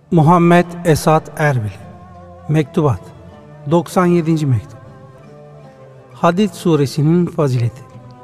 Muhammed Esat Erbil Mektubat 97. Mektup Hadid Suresinin Fazileti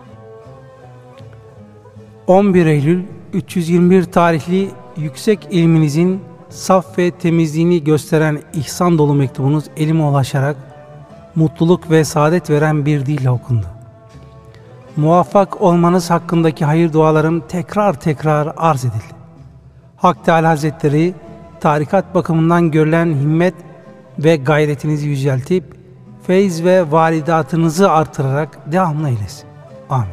11 Eylül 321 tarihli yüksek ilminizin saf ve temizliğini gösteren ihsan dolu mektubunuz elime ulaşarak mutluluk ve saadet veren bir dille okundu. Muvaffak olmanız hakkındaki hayır dualarım tekrar arz edildi. Hak Teâlâ Hazretleri tarikat bakımından görülen himmet ve gayretinizi yüceltip feyz ve varidatınızı artırarak devamlı eylesin. Amin.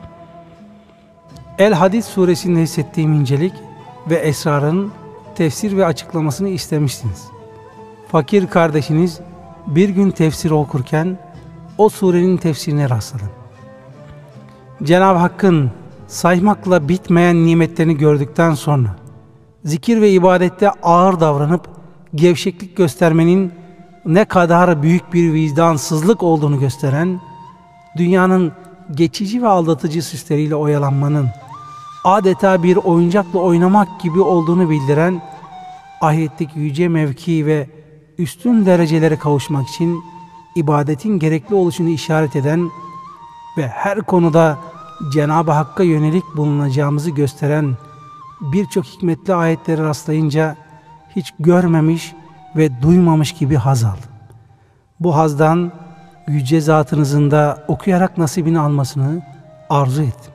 El-Hadid suresinde hissettiğim incelik ve esrarın tefsir ve açıklamasını istemiştiniz. Fakir kardeşiniz bir gün tefsiri okurken o surenin tefsirine rastladım. Cenab-ı Hakk'ın saymakla bitmeyen nimetlerini gördükten sonra zikir ve ibadette ağır davranıp gevşeklik göstermenin ne kadar büyük bir vicdansızlık olduğunu gösteren, dünyanın geçici ve aldatıcı süsleriyle oyalanmanın adeta bir oyuncakla oynamak gibi olduğunu bildiren, ahiretteki yüce mevki ve üstün derecelere kavuşmak için ibadetin gerekli oluşunu işaret eden ve her konuda Cenab-ı Hakk'a yönelik bulunacağımızı gösteren birçok hikmetli ayetlere rastlayınca hiç görmemiş ve duymamış gibi haz aldım. Bu hazdan yüce zatınızın da okuyarak nasibini almasını arzu ettim.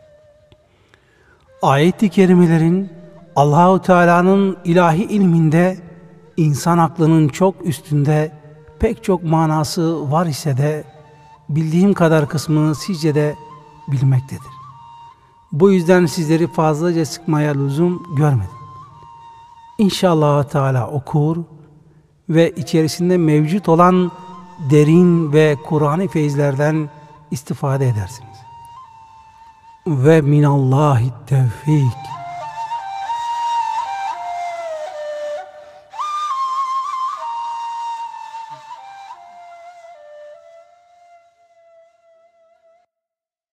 Ayet-i kerimelerin Allah-u Teala'nın ilahi ilminde insan aklının çok üstünde pek çok manası var ise de bildiğim kadar kısmını sizce de bilmektedir. Bu yüzden sizleri fazlaca sıkmaya lüzum görmedim. İnşallah Teala okur ve içerisinde mevcut olan derin ve Kur'an-ı feyizlerden istifade edersiniz. Ve minallahi tevfik.